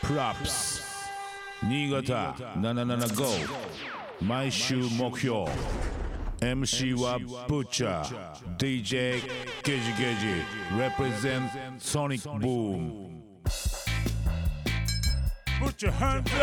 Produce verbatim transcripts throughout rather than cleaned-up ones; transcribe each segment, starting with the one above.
プラップス新潟ななななご毎週目標 エムシー はブッチャー ディージェー ゲジゲジ represent Sonic Boom ブッチャーハンズアッ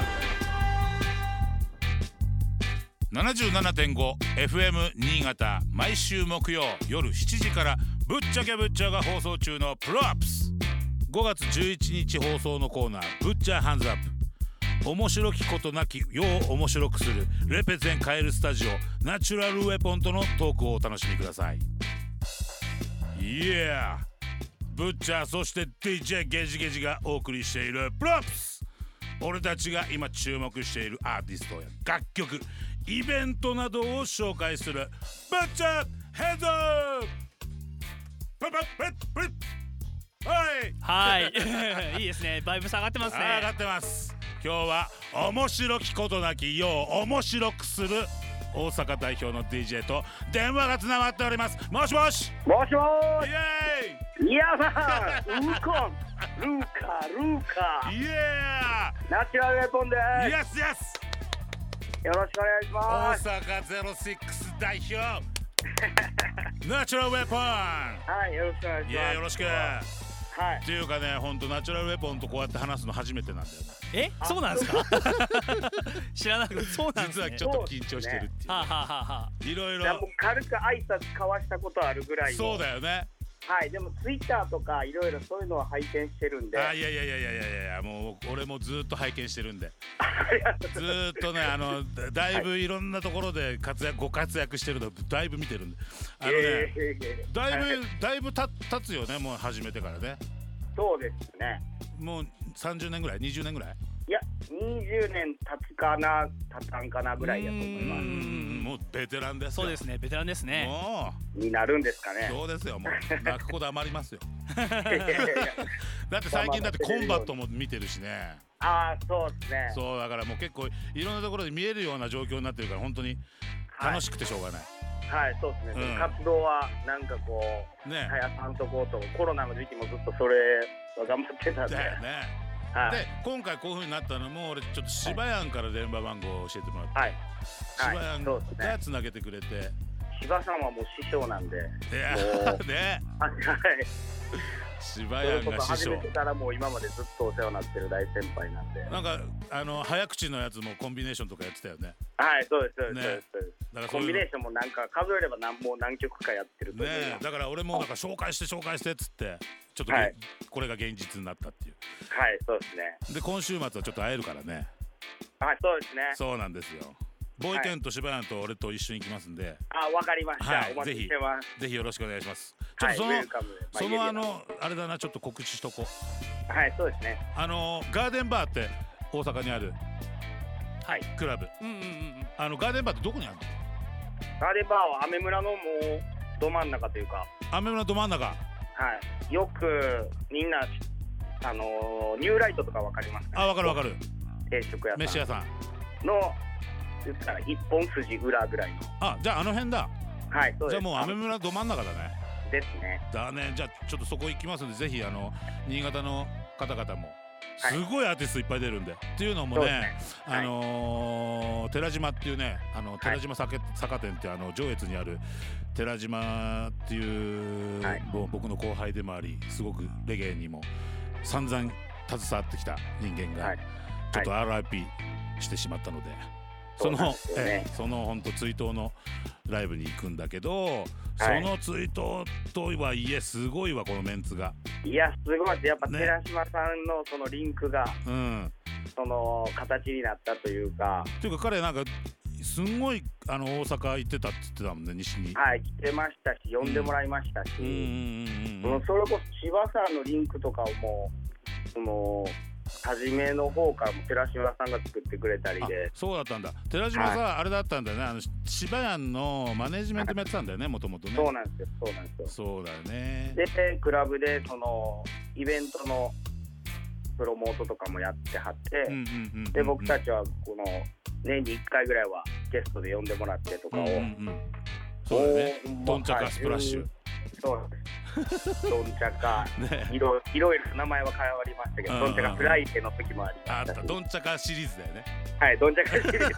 プ ななじゅうななてんごエフエム 新潟毎週木曜夜しちじからぶっちゃけぶっちゃが放送中のプロアップスごがつじゅういちにち放送のコーナーぶっちゃハンズアップ面白きことなき世を面白くするレペゼンカエルスタジオナチュラルウェポンとのトークをお楽しみください。いやぶっちゃそして ディージェー ゲジゲジがお送りしているプロアップス俺たちが今注目しているアーティストや楽曲イベントなどを紹介するぶっちゃヘッズアップププププはいはいいいですね。バイブス上がってますね。 上がってます。今日は面白きことなき世を面白くする大阪代表の ディージェー と電話がつながっております。もしもしもしもーイしエいやさんウーコンルーカルーカーイイエナチュラルウェポンでーイエースイエスすよろしくお願いします大阪ゼロろく代表ナチュラルウェポンはいよろしくお願いします。 いやよろしくはいっていうかねほんとナチュラルウェポンとこうやって話すの初めてなんだよね。 えそうなんですか知らなくてそうなんですね。 実はちょっと緊張してるっていう、 はあ、はあはあはあ、 いろいろじゃあもう軽く挨拶交わしたことあるぐらいのそうだよね。 はいでもツイッターとかいろいろそういうのを拝見してるんであいやいやいやいやいやいやもう俺もずっと拝見してるんでありがとうごずざいますーっとねあのだいぶいろんなところで活躍ご活躍してるのだいぶ見てるんであのね、 えーえーだいぶ、 はいだいぶた経つよねもう始めてからね。 そうですね。 もうさんじゅうねんぐらいにじゅうねんぐらいいやにじゅうねん経つかな経たんかなぐらいだと思いうまーんもうベテランですよ。 そうですね。ベテランですね。 もすになるんですかうね。 そうですよもう泣く子黙りますよいやいやいやだって最近だってコンバットも見てるしね。 ああそうですね。 そうだからもう結構いろんなところで見えるような状況になってるから本当に楽しくてしょうがない、 はいそうですね、 うん活動はなんかこうね早さんとこうとコロナの時期もずっとそれは頑張ってたんで、 だよね。 はいで今回こういう風になったのも俺ちょっと柴谷から電話番号を教えてもらって、 はい柴はい谷そうですね。 がつなげてくれて、 柴さんはもう師匠なんで、 いやもうねはい柴それ谷が師匠こそ始めてからもう今までずっとお世話になってる大先輩なんで、 なんかあの早口のやつもコンビネーションとかやってたよね。 はいそうですそうです、 ねそうですそうですだからそういうのコンビネーションもなんか数えれば何もう何曲かやってると思います、 ねだから俺もなんか紹介して紹介してっつってちょっと、 はいこれが現実になったっていう。 はいそうですねで今週末はちょっと会えるからね。 はいそうですね。 そうなんですよ。ボーイケンと柴谷と俺と一緒に行きますんで、 あわかりました、 はいお待ちしてます。 ぜひよろしくお願いします。ちょっはいとその、 ウェルカムでそのまああのあれだなちょっと告知しとこう。 はいそうですねあのガーデンバーって大阪にあるはい。 クラブ。 うんうんうんうん。 あのガーデンバーってどこにあるの？ ガーデンバーはアメ村のもうど真ん中というか、 アメ村ど真ん中。 はいよくみんなあのーニューライトとかわかりますか、ね、 あわかるわかる。 定食屋さん飯屋さん。 の言ったら一本筋裏ぐらいのあじゃああの辺だ。 はいそうです。 じゃあもうアメ村ど真ん中だね。 ですね。 だね。じゃあちょっとそこ行きますんでぜひあの新潟の方々もはいすごいアーティストいっぱい出るんで、っていうのもそうですねねはいあのー寺島っていうねあの寺島酒,、酒店っていうあの上越にある寺島っていう、 はいもう僕の後輩でもありすごくレゲエにも散々携わってきた人間が、 はいちょっと アールアイピー してしまったので、そそうなんのですよねえその本当追悼のライブに行くんだけど、その追悼とはいえすごいわこのメンツが。 いやすごいですやっぱね寺島さんのそのリンクがうんその形になったというか、 っていうか彼なんかすんごいあの大阪行ってたって言ってたもんね西に。 はい来てましたし呼んでもらいましたし、 うんうんうんうんそのそれこそ千葉さんのリンクとかをもうその初めの方からも寺島さんが作ってくれたりあで、 そうだったんだ。寺島さ、あれだったんだよねあの柴谷のマネジメントもやってたんだよねもともとね。 そうなんですよそうなんですよ。 そうだよね。 でクラブでそのイベントのプロモートとかもやってはって、 うんうんうんうんで僕たちはこの年にいっかいぐらいはゲストで呼んでもらってとかを、 うんうんうんそうだねもうドンチャカスプラッシュ、 はいそうですどんちゃか、 ねいろいろいろ名前は変わりましたけど、 うんうんうんどんちゃかフライデーの時もありあっましたし、 たどんちゃかシリーズだよね。 はい、どんちゃかシリーズで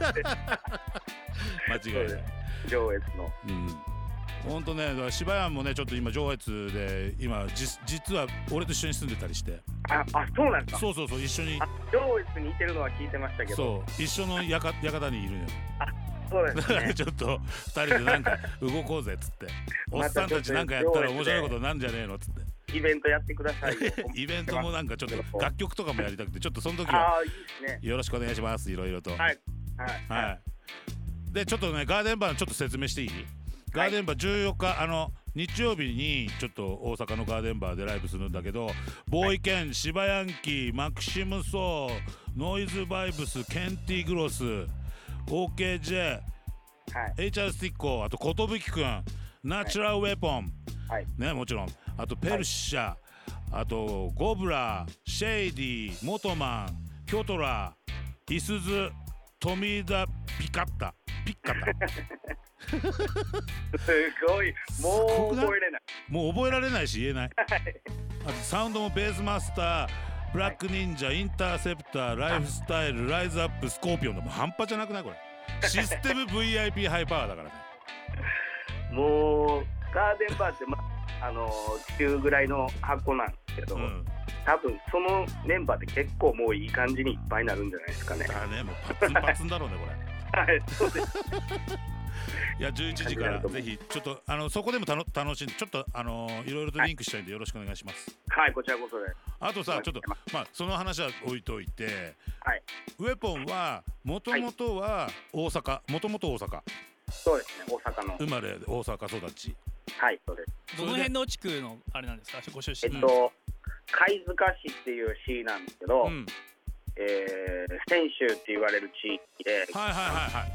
間違いない。 上越の。 うんほんとね、だから柴山もねちょっと今上越で今じ実は俺と一緒に住んでたりして、 あ、あ、そうなんですか。 そうそうそう一緒に、 あ、上越にいてるのは聞いてましたけど。 そう一緒のやか館にいるのよ。 そうでだからすね。 ちょっとふたりでなんか動こうぜっつっておっさんたちなんかやったら面白いことなんじゃねえのっつってイベントやってくださいよ。 イベントもなんかちょっと楽曲とかもやりたくてちょっとその時はああ、いいですね。 よろしくお願いしますいろいろと。 はい。はい。 はいでちょっとねガーデンバーのちょっと説明していい？ガーデンバーじゅうよっかあの日曜日にちょっと大阪のガーデンバーでライブするんだけど、ボーイケン、シバヤンキー、マクシムソー、ノイズバイブス、ケンティグロス、オーケージェー、 はい。 エイチアール スティッコ、あと寿くん、ナチュラルウェポン、 はい。 ねもちろん、あとペルシャ、あとゴブラ、シェイディ、モトマン、キョトラ、イスズ、トミダピカッタ、ピッカタ。 すごい。もう覚えれない。 もう覚えられないし言えない。あとサウンドもベースマスター、ブラック忍者、インターセプター、ライフスタイル、ライズアップ、スコーピオンでも半端じゃなくないこれ。システム ブイアイピー ハイパワーだからね。 もうガーデンバーってまあの地球ぐらいの箱なんですけど、 うん、 多分そのメンバーで結構もういい感じにいっぱいになるんじゃないですかね。 あねもうパツンパツンだろうねこれ。 はい、そうです。 いやじゅういちじからぜひちょっとあのそこでもたの楽しんでちょっとあのいろいろとリンクしたいんでよろしくお願いします。 はい、こちらこそで。 あとさちょっとまあその話は置いといて、 はい、 ウェポンはもともとは大阪もともと大阪そうですね、大阪の生まれ大阪育ち。 はい、そうです。 どの辺の地区のあれなんですかご出身？ えっと貝塚市っていう市なんですけど、 うん、 えー、泉州って言われる地域で、 はいはいはいはい。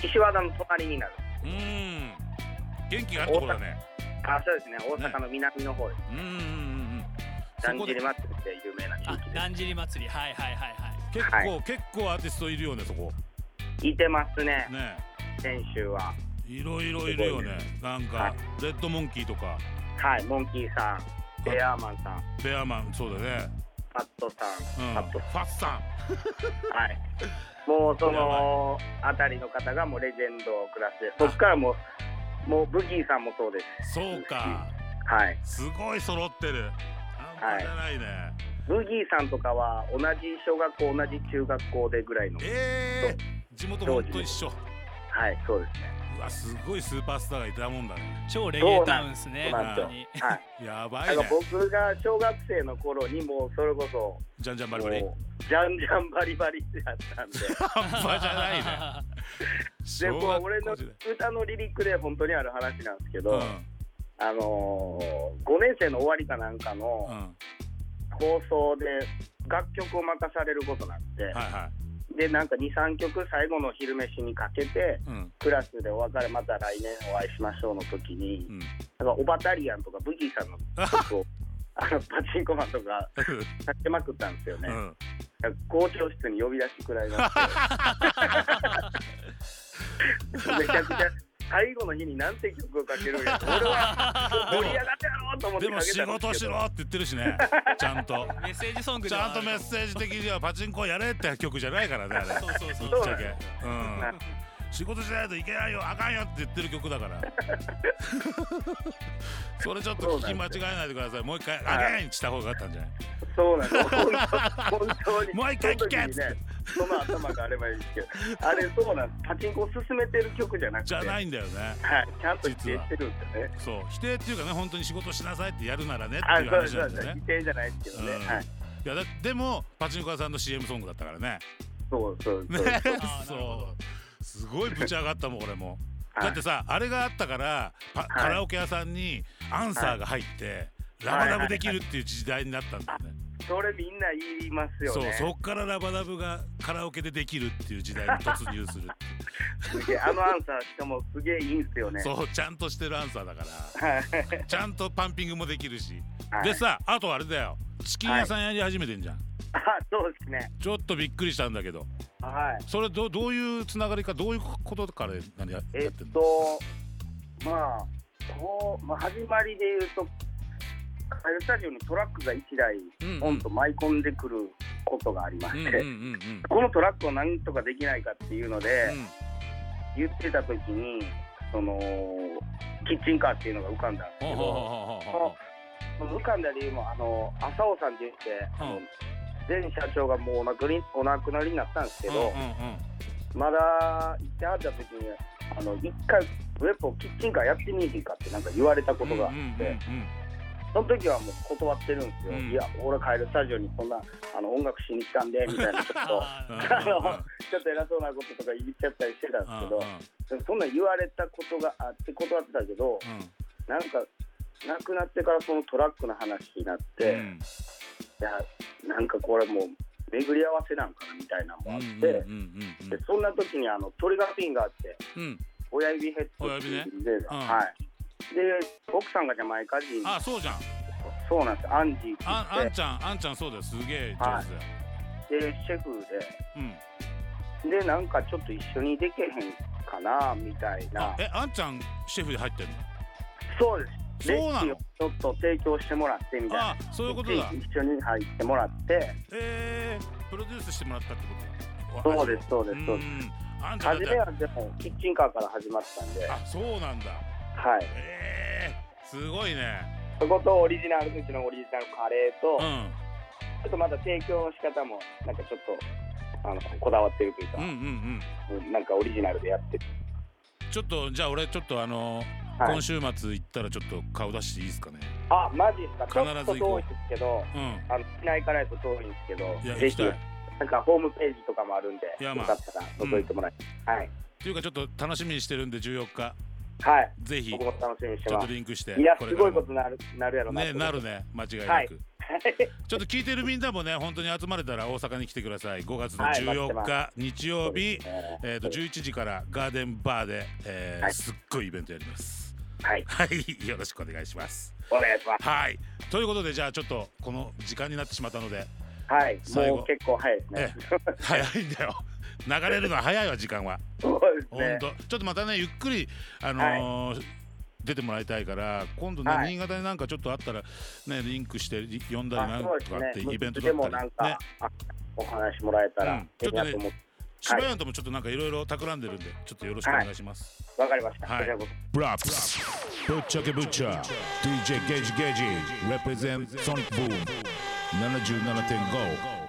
岸和田の隣になる。 うーん元気があるところだね。 あ、そうですね、大阪の南の方です。 うんうんうんうんだんじり祭りって有名な地あ、 域でだんじり祭り、はいはいはいはい。 結構、 はい、 結構アーティストいるよねそこ。 いてますね。 ね泉州は。 いろいろいるよね。なんか、 はい、 レッドモンキーとか。 はい、モンキーさん、ベアーマンさん、 ベアーマンそうだね。 ファットさん、 うん、 ファットファッサン。 はい。もうそのあたりの方がもうレジェンドクラスで、そっからもうもうブギーさんもそうです。 そうか。 はい。 すごい揃ってる。半端じゃないね。はい、 ブギーさんとかは同じ小学校同じ中学校でぐらいの。 ええー、地元もと一緒。 はい、そうですね。 うわすごいスーパースターがいたもんだね。 超レゲエタウンですね。 はい。 やばいね。 僕が小学生の頃にもうそれこそじゃんじゃんバリバリ。 じゃんじゃんバリバリだったんで。 半端じゃないね。 でも俺の歌のリリックで本当にある話なんですけど、うん、あのー、ごねん生の終わりかなんかの放送で楽曲を任されることになって、はいはい、でなんかにさんきょく最後の昼飯にかけて、うん、クラスでお別れまた来年お会いしましょうの時に、うん、なんかオバタリアンとかブギーさんの曲をあのパチンコマンとかかけまくったんですよね。うん、校長室に呼び出してくらいましてめちゃくちゃ最後の日になんて曲をかけるんや俺は盛り上がってやろうと思ってかけたんですけど。でも仕事しろって言ってるしねちゃんとメッセージソングちゃんとメッセージ的にはパチンコやれって曲じゃないからねあれ。 そうそうそうぶっちゃけ、うん、仕事しないといけないよあかんよって言ってる曲だからそれちょっと聞き間違えないでください。もう一回アゲインした方があったんじゃない？ そうなんです本当にもう一回聞けっつって、 その頭があればいいですけどあれそうなんです。パチンコを進めてる曲じゃなくてじゃないんだよね。 はい、ちゃんと否定してるんですよね。 そう否定っていうかね本当に仕事しなさいってやるならねっていう話なんだよね。 否定じゃないですけどね、うん、はい、 いやだでもパチンコ屋さんの シーエム ソングだったからね。 そうそうそう、 ね、そうすごいぶち上がったもん俺も。だってさあれがあったからカラオケ屋さんにアンサーが入って、はい、ラバダブできるっていう時代になったんだよね。 それみんな言いますよね。 そうそっからラバダブがカラオケでできるっていう時代に突入するすげえあのアンサーしかもすげえいいんすよね。 そうちゃんとしてるアンサーだからちゃんとパンピングもできるし、はい、でさあとあれだよチキン屋さんやり始めてんじゃん、はい、 あそうですね。 ちょっとびっくりしたんだけど、 はい、 それ ど, どういうつながりかどういうことから何やってんの？ えっとまあこう、まあ、始まりで言うとカエルスタジオにトラックがいちだいポンと舞い込んでくることがありまして、このトラックを何とかできないかっていうので、うん、言ってた時にそのキッチンカーっていうのが浮かんだんですけど、その浮かんだ理由もあの浅尾さんって言って、うん、あの前社長がもうお亡くなり、お亡くなりになったんですけど、うんうんうん、まだ行ってはった時にあの一回ウェポキッチンカーやってみいひんかってなんか言われたことがあって、うんうんうんうん、その時はもう断ってるんですよ、うん、いや俺帰るスタジオにそんなあの音楽しに来たんでみたいなちょっとあのちょっと偉そうなこととか言っちゃったりしてたんですけど、でもそんな言われたことがあって断ってたけど、うん、なんか亡くなってからそのトラックの話になって、うん、いやなんかこれもう巡り合わせなんかなみたいなのもあって、でそんな時にあのトリガーピンがあって、うん、親指ヘッドっていうで、ねうん、はいで奥さんがジャマイカ人。 あ、そうじゃん。 そうなんですよ、アンジーってああんちゃん、あんちゃんそうだよ、すげえ上手だよ、はい、でシェフで、うん、でなんかちょっと一緒にできへんかなみたいな。 え、あんちゃんシェフで入ってんの？ そうです。 そうなの？ レシピをちょっと提供してもらってみたいな。 あ、そういうことだ。 一緒に入ってもらって、 えー、プロデュースしてもらったってこと？そうですそうですそうです。初めはでもキッチンカーから始まったんで。 あ、そうなんだ。 はい。 えー、すごいね。 そことオリジナル、うちのオリジナルカレーと、うん、ちょっとまた提供の仕方もなんかちょっとあのこだわってるというか、うんうんうん、なんかオリジナルでやってる。 ちょっとじゃあ俺ちょっとあのーはい、今週末行ったらちょっと顔出していいですかね。 あ、マジですか。 必ず行こう。 ちょっと遠いですけど、うん、あの市内からやと遠いんですけど、 いやぜひなんかホームページとかもあるんで、いや、まあ、よかったら覗いてもらって、うん、はい。 というかちょっと楽しみにしてるんでじゅうよっか。 はい、 ぜひ僕も楽しみにしてます。 ちょっとリンクして、 いやすごいことなるなるやろなね、なるね、間違いなく、はい、ちょっと聞いてるみんなもね本当に集まれたら大阪に来てください。ごがつのじゅうよっか、はい、日曜日、ね、えーとじゅういちじからガーデンバーで、えーはい、すっごいイベントやります。はい、はい、よろしくお願いします。 お願いします。 はい、ということでじゃあちょっとこの時間になってしまったので、 はい、もう結構早いですね。 早いんだよ。流れるのは早いわ時間は。 そうですね。 本当ちょっとまたねゆっくりあのーはい出てもらいたいから今度ね、はい、新潟になんかちょっとあったらねリンクして呼んだりなんとかってイベントだったりね、 お話もらえたら、うん、 ちょっとね柴山ともちょっとなんかいろいろ企んでるんでちょっとよろしくお願いします。 わ、はい、かりました。 はい。ブラップスぶっちゃけぶっちゃ ディージェー ゲージゲージ represent Sonic Boom ななじゅうななてんご